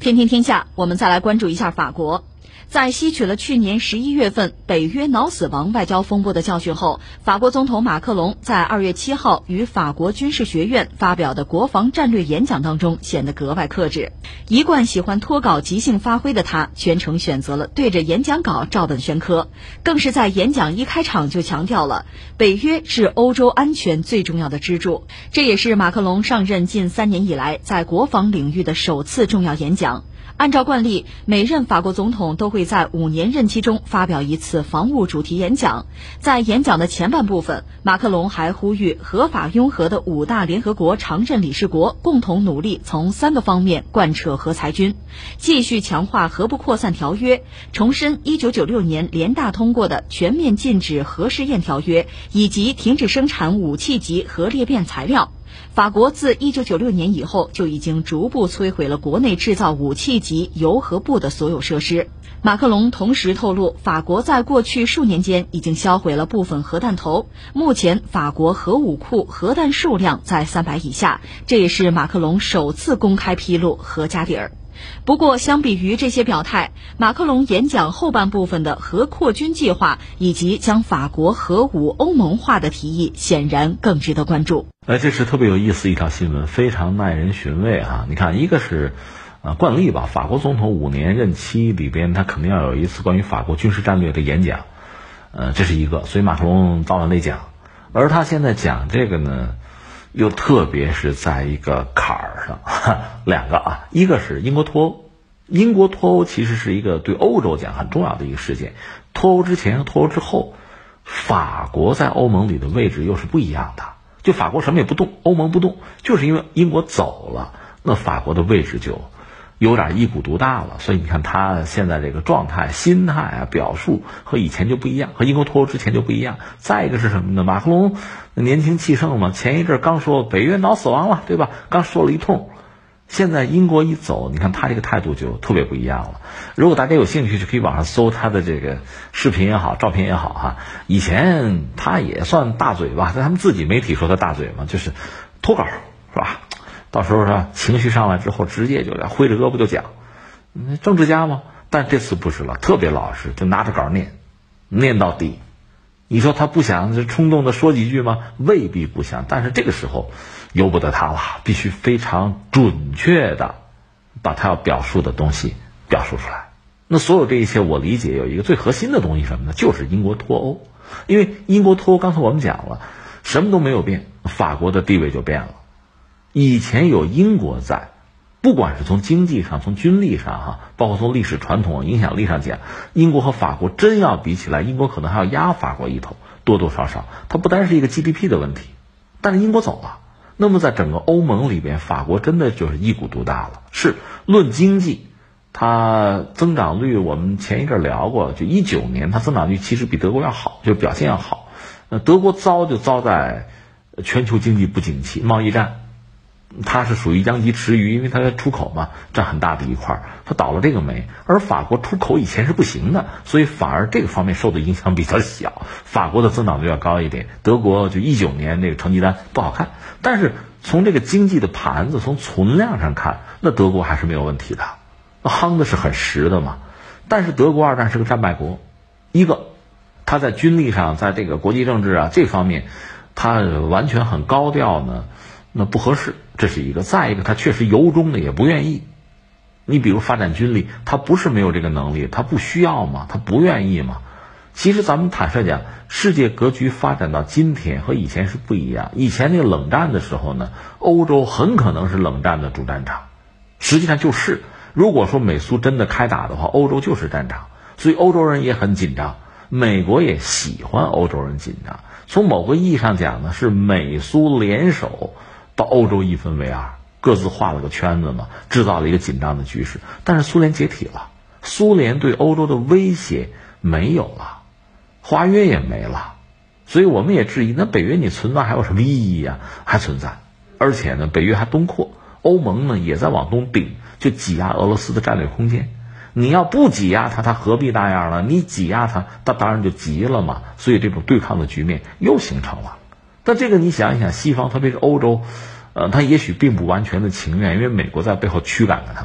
天天天下，我们再来关注一下法国。在吸取了去年11月份北约脑死亡外交风波的教训后，法国总统马克龙在2月7号与法国军事学院发表的国防战略演讲当中显得格外克制。一贯喜欢脱稿即兴发挥的他，全程选择了对着演讲稿照本宣科，更是在演讲一开场就强调了北约是欧洲安全最重要的支柱。这也是马克龙上任近3年以来在国防领域的首次重要演讲。按照惯例，每任法国总统都会在5年任期中发表一次防务主题演讲。在演讲的前半部分，马克龙还呼吁合法拥核的5大联合国常任理事国共同努力从3个方面贯彻核裁军，继续强化核不扩散条约，重申1996年联大通过的全面禁止核试验条约，以及停止生产武器级核裂变材料。法国自1996年以后就已经逐步摧毁了国内制造武器级铀核部的所有设施。马克龙同时透露，法国在过去数年间已经销毁了部分核弹头，目前法国核武库核弹数量在300以下，这也是马克龙首次公开披露核家底儿。不过相比于这些表态，马克龙演讲后半部分的核扩军计划以及将法国核武欧盟化的提议显然更值得关注。 这是特别有意思一条新闻，非常耐人寻味啊！你看，一个是惯例吧，法国总统5年任期里边他肯定要有一次关于法国军事战略的演讲，这是一个，所以马克龙早晚得讲。而他现在讲这个呢，又特别是在一个坎儿上，2个啊，一个是英国脱欧。英国脱欧其实是一个对欧洲讲很重要的一个事件，脱欧之前和脱欧之后，法国在欧盟里的位置又是不一样的。就法国什么也不动，欧盟不动，就是因为英国走了，那法国的位置就有点一股独大了。所以你看他现在这个状态、心态啊、表述和以前就不一样，和英国脱欧之前就不一样。再一个是什么呢？马克龙年轻气盛嘛，前一阵刚说北约脑死亡了，对吧？刚说了一通，现在英国一走，你看他这个态度就特别不一样了。如果大家有兴趣，就可以网上搜他的这个视频也好，照片也好哈。以前他也算大嘴吧，但他们自己媒体说他大嘴嘛，就是脱稿是吧？到时候他情绪上来之后，直接就挥着胳膊就讲，政治家嘛。但这次不是了，特别老实，就拿着稿念到底。你说他不想冲动的说几句吗？未必不想，但是这个时候由不得他了，必须非常准确的把他要表述的东西表述出来。那所有这一切，我理解有一个最核心的东西什么呢？就是英国脱欧。因为英国脱欧，刚才我们讲了，什么都没有变，法国的地位就变了。以前有英国在，不管是从经济上、从军力上包括从历史传统、影响力上讲，英国和法国真要比起来，英国可能还要压法国一头，多多少少。它不单是一个 GDP 的问题，但是英国走了，那么在整个欧盟里边，法国真的就是一股独大了。是论经济，它增长率我们前一阵聊过，就19年它增长率其实比德国要好，就表现要好。德国糟就糟在全球经济不景气，贸易战它是属于殃及池鱼，因为它出口嘛，占很大的一块，它倒了这个霉。而法国出口以前是不行的，所以反而这个方面受的影响比较小。法国的增长率要高一点，德国就19年这个成绩单不好看。但是从这个经济的盘子，从存量上看，那德国还是没有问题的，夯的是很实的嘛。但是德国2战是个战败国，一个他在军力上，在这个国际政治啊这方面，他完全很高调呢，那不合适，这是一个。再一个，他确实由衷的也不愿意。你比如发展军力，他不是没有这个能力，他不需要嘛，他不愿意嘛。其实咱们坦率讲，世界格局发展到今天和以前是不一样。以前那个冷战的时候呢，欧洲很可能是冷战的主战场，实际上就是，如果说美苏真的开打的话，欧洲就是战场，所以欧洲人也很紧张，美国也喜欢欧洲人紧张。从某个意义上讲呢，是美苏联手把欧洲一分为二，各自画了个圈子嘛，制造了一个紧张的局势。但是苏联解体了，苏联对欧洲的威胁没有了，华约也没了，所以我们也质疑，那北约你存在还有什么意义啊？还存在，而且呢，北约还东扩，欧盟呢也在往东顶，就挤压俄罗斯的战略空间。你要不挤压它，它何必那样呢？你挤压它，它当然就急了嘛。所以这种对抗的局面又形成了。但这个你想一想，西方特别是欧洲，他也许并不完全的情愿，因为美国在背后驱赶着他嘛。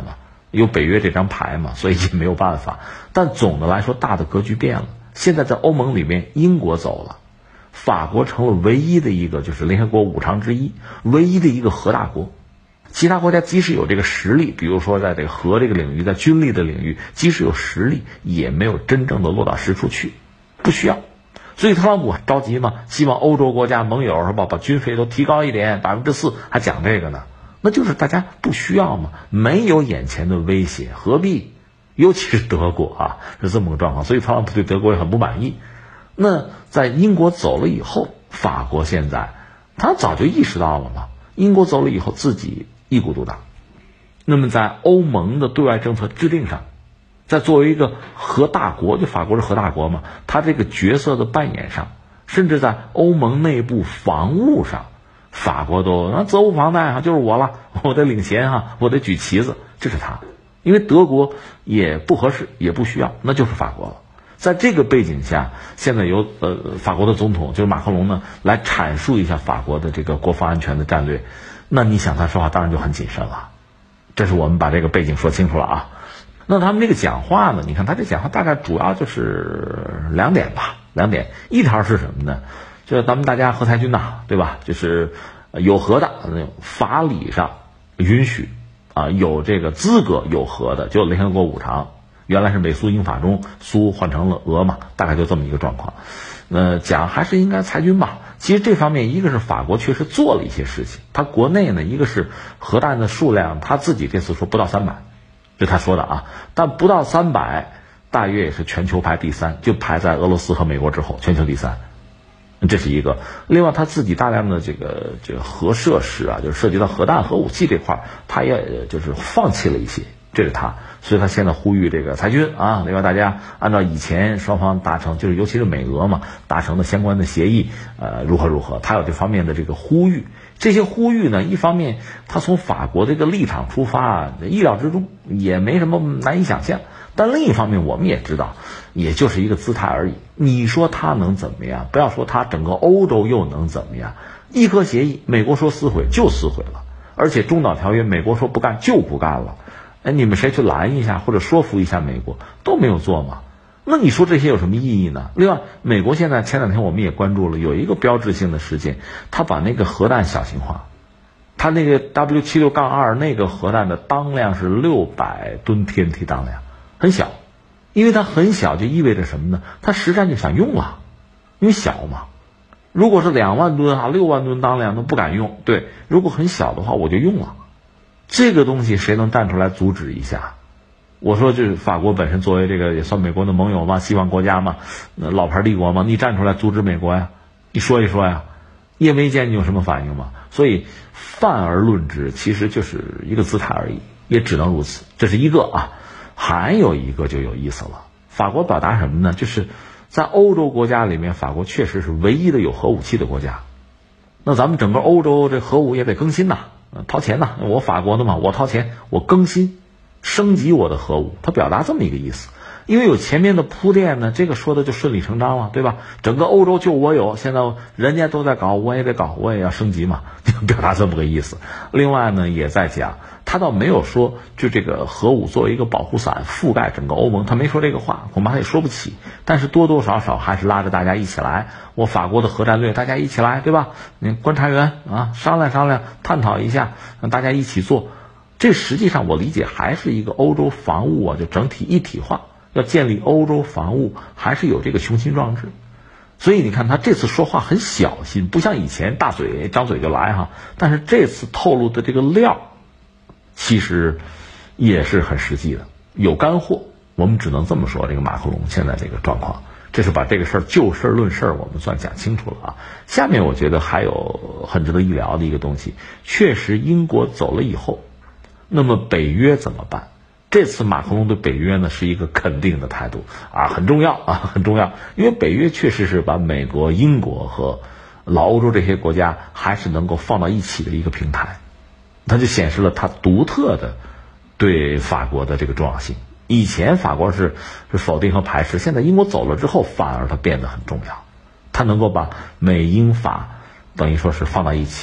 有北约这张牌嘛，所以也没有办法。但总的来说，大的格局变了。现在在欧盟里面，英国走了，法国成了唯一的一个就是联合国5常之一，唯一的一个核大国。其他国家即使有这个实力，比如说在这个核这个领域，在军力的领域，即使有实力，也没有真正的落到实处去，不需要。所以特朗普着急嘛，希望欧洲国家盟友是吧，把军费都提高一点，4%，还讲这个呢，那就是大家不需要嘛，没有眼前的威胁，何必？尤其是德国啊，是这么个状况，所以特朗普对德国也很不满意。那在英国走了以后，法国现在他早就意识到了嘛，英国走了以后自己一孤独大。那么在欧盟的对外政策制定上，在作为一个核大国，就法国是核大国嘛，他这个角色的扮演上，甚至在欧盟内部防务上，法国都责无旁贷啊，就是我了，我得领衔啊，我得举旗子，这是他。因为德国也不合适，也不需要，那就是法国了。在这个背景下，现在由法国的总统就是马克龙呢来阐述一下法国的这个国防安全的战略，那你想他说话当然就很谨慎了。这是我们把这个背景说清楚了啊。那他们这个讲话呢，你看他这讲话大概主要就是2点吧，2点。一条是什么呢？就是咱们大家核裁军呐，对吧？就是有核的法理上允许啊，有这个资格有核的，就联合国5常，原来是美苏英法中，苏换成了俄嘛，大概就这么一个状况。讲还是应该裁军吧。其实这方面，一个是法国确实做了一些事情，他国内呢，一个是核弹的数量，他自己这次说不到300，这他说的啊，但不到300，大约也是全球排第3，就排在俄罗斯和美国之后，全球第3。这是一个。另外他自己大量的这个核设施啊，就是涉及到核弹核武器这块，他也就是放弃了一些，这是他。所以他现在呼吁这个裁军啊。另外大家按照以前双方达成，就是尤其是美俄嘛达成的相关的协议，如何，他有这方面的这个呼吁。这些呼吁呢，一方面他从法国这个立场出发，意料之中，也没什么难以想象。但另一方面我们也知道，也就是一个姿态而已。你说他能怎么样？不要说他，整个欧洲又能怎么样？伊核协议美国说撕毁就撕毁了，而且中导条约美国说不干就不干了。你们谁去拦一下或者说服一下美国，都没有做嘛。那你说这些有什么意义呢？另外美国现在前2天我们也关注了，有一个标志性的事件，他把那个核弹小型化，他那个 W76-2 那个核弹的当量是600吨 TNT 当量，很小。因为它很小就意味着什么呢？它实战就想用了，因为小嘛。如果是2万吨6万吨当量都不敢用，对，如果很小的话我就用了。这个东西谁能站出来阻止一下？我说这法国本身作为这个也算美国的盟友嘛，西方国家嘛，老牌帝国嘛，你站出来阻止美国呀，你说一说呀，也没见你有什么反应嘛。所以泛而论之，其实就是一个姿态而已，也只能如此。这是一个啊。还有一个就有意思了，法国表达什么呢？就是在欧洲国家里面，法国确实是唯一的有核武器的国家。那咱们整个欧洲这核武也得更新呐，掏钱呐，我法国的嘛，我掏钱，我更新升级我的核武，他表达这么一个意思。因为有前面的铺垫呢，这个说的就顺理成章了，对吧？整个欧洲就我有，现在人家都在搞，我也得搞，我也要升级嘛，就表达这么个意思。另外呢，也在讲，他倒没有说就这个核武作为一个保护伞覆盖整个欧盟，他没说这个话，恐怕他也说不起。但是多多少少还是拉着大家一起来，我法国的核战略大家一起来，对吧？你观察员啊，商量商量，探讨一下，让大家一起做。这实际上我理解还是一个欧洲防务啊，就整体一体化。要建立欧洲防务，还是有这个雄心壮志。所以你看他这次说话很小心，不像以前大嘴张嘴就来哈。但是这次透露的这个料，其实也是很实际的，有干货。我们只能这么说，这个马克龙现在这个状况，这是把这个事儿就事论事，我们算讲清楚了啊。下面我觉得还有很值得一聊的一个东西，确实英国走了以后，那么北约怎么办？这次马克龙对北约呢是一个肯定的态度啊，很重要啊，很重要。因为北约确实是把美国、英国和老欧洲这些国家还是能够放到一起的一个平台，它就显示了它独特的对法国的这个重要性。以前法国是否定和排斥，现在英国走了之后，反而它变得很重要。它能够把美英法等于说是放到一起，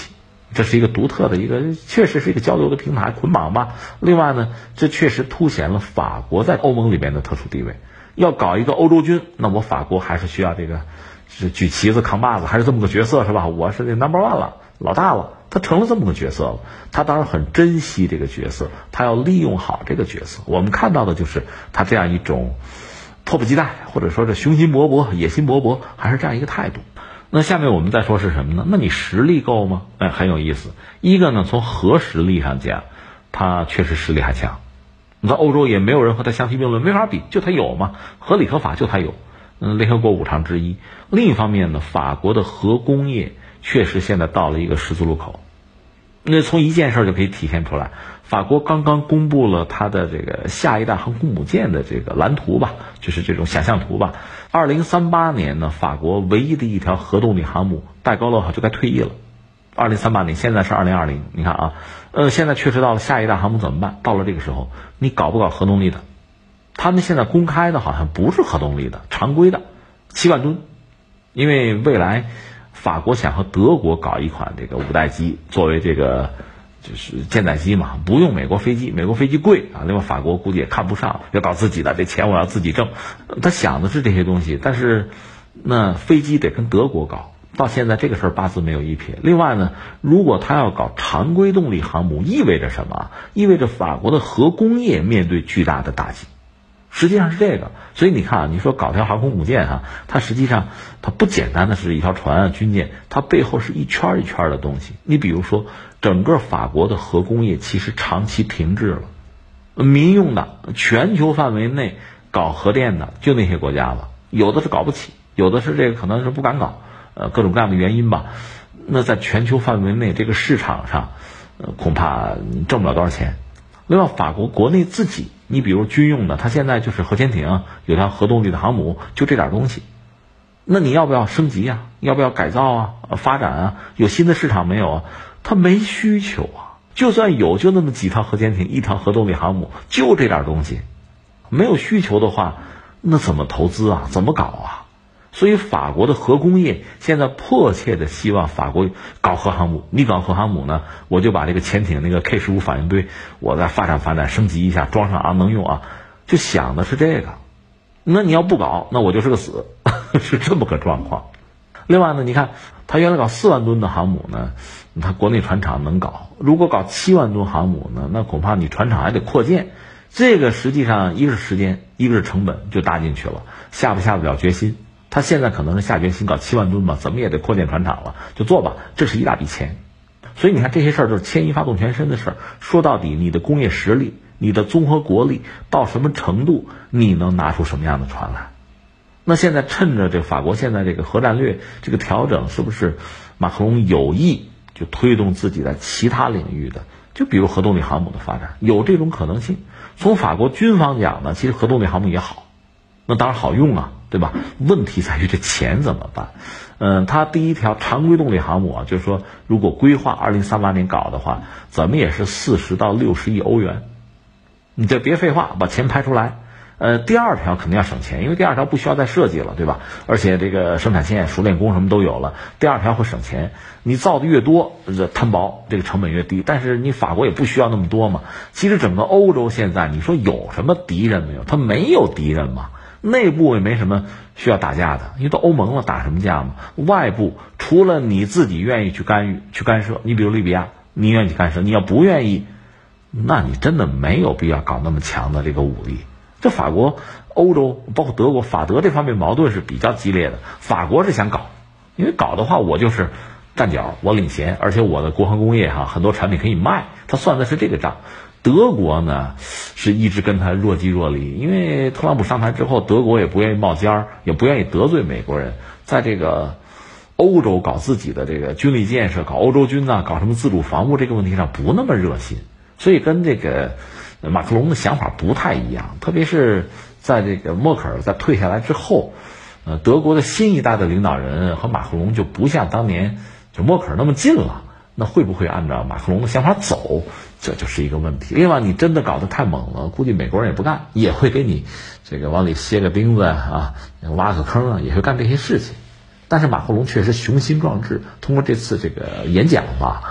这是一个独特的确实是一个交流的平台捆绑吧。另外呢，这确实凸显了法国在欧盟里边的特殊地位。要搞一个欧洲军，那我法国还是需要是举旗子扛把子，还是这么个角色是吧？我是这 number one 了，老大了，他成了这么个角色了。他当然很珍惜这个角色，他要利用好这个角色。我们看到的就是他这样一种迫不及待，或者说是雄心勃勃、野心勃勃，还是这样一个态度。那下面我们再说是什么呢？那你实力够吗？很有意思。一个呢，从核实力上讲，他确实实力还强。你在欧洲也没有人和他相提并论，没法比，就他有嘛，合理合法就他有。联合国5常之一。另一方面呢，法国的核工业确实现在到了一个十字路口。那从一件事就可以体现出来，法国刚刚公布了它的这个下一代航空母舰的这个蓝图吧，就是这种想象图吧。2038年呢，法国唯一的一条核动力航母戴高乐号就该退役了。2038年，现在是2020，你看啊，现在确实到了下一代航母怎么办？到了这个时候，你搞不搞核动力的？他们现在公开的好像不是核动力的，常规的7万吨，因为未来法国想和德国搞一款这个5代机作为这个就是舰载机嘛，不用美国飞机，美国飞机贵啊，另外法国估计也看不上，要搞自己的，这钱我要自己挣，他想的是这些东西，但是那飞机得跟德国搞。到现在这个事儿八字没有一撇。另外呢，如果他要搞常规动力航母，意味着什么？意味着法国的核工业面对巨大的打击。实际上是这个，所以你看啊，你说搞条航空母舰哈，它实际上它不简单的是一条船啊军舰，它背后是一圈一圈的东西。你比如说，整个法国的核工业其实长期停滞了，民用的全球范围内搞核电的就那些国家了，有的是搞不起，有的是这个可能是不敢搞。各种各样的原因吧，那在全球范围内这个市场上，恐怕挣不了多少钱。另外，法国国内自己，你比如军用的，它现在就是核潜艇，有条核动力的航母，就这点东西。那你要不要升级啊？要不要改造啊？发展啊？有新的市场没有啊？它没需求啊。就算有，就那么几条核潜艇，一条核动力航母，就这点东西。没有需求的话，那怎么投资啊？怎么搞啊？所以法国的核工业现在迫切的希望法国搞核航母。你搞核航母呢，我就把这个潜艇那个 K15反应堆，我再发展升级一下，装上啊能用啊，就想的是这个。那你要不搞，那我就是个死，是这么个状况。另外呢，你看他原来搞4万吨的航母呢，他国内船厂能搞；如果搞7万吨航母呢，那恐怕你船厂还得扩建。这个实际上一个是时间，一个是成本就搭进去了，下不下得了决心？他现在可能是下决心搞7万吨吧，怎么也得扩建船厂了，就做吧，这是一大笔钱。所以你看这些事儿都是牵一发动全身的事儿。说到底，你的工业实力、你的综合国力到什么程度，你能拿出什么样的船来？那现在趁着这法国现在这个核战略这个调整，是不是马克龙有意就推动自己在其他领域的，就比如核动力航母的发展，有这种可能性。从法国军方讲呢，其实核动力航母也好，那当然好用啊，对吧？问题在于这钱怎么办？它第一条常规动力航母啊，就是说如果规划2038年搞的话，怎么也是40到60亿欧元。你这别废话，把钱排出来。第二条肯定要省钱，因为第二条不需要再设计了，对吧？而且这个生产线、熟练工什么都有了，第二条会省钱。你造的越多，摊薄，这个成本越低。但是你法国也不需要那么多嘛。其实整个欧洲现在，你说有什么敌人没有？它没有敌人嘛。内部也没什么需要打架的，因为都欧盟了，打什么架嘛？外部除了你自己愿意去干预、去干涉，你比如利比亚，你愿意去干涉，你要不愿意，那你真的没有必要搞那么强的这个武力。这法国、欧洲包括德国、法德这方面矛盾是比较激烈的。法国是想搞，因为搞的话我就是站脚，我领先，而且我的国防工业很多产品可以卖，他算的是这个账。德国呢是一直跟他若即若离，因为特朗普上台之后，德国也不愿意冒尖儿，也不愿意得罪美国人，在这个欧洲搞自己的这个军力建设，搞欧洲军搞什么自主防务这个问题上不那么热心，所以跟这个马克龙的想法不太一样。特别是在这个默克尔在退下来之后，德国的新一代的领导人和马克龙就不像当年就默克尔那么近了。那会不会按照马克龙的想法走，这就是一个问题。另外，你真的搞得太猛了，估计美国人也不干，也会给你这个往里歇个钉子挖个坑也会干这些事情。但是马克龙确实雄心壮志，通过这次这个演讲吧，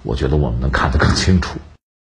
我觉得我们能看得更清楚。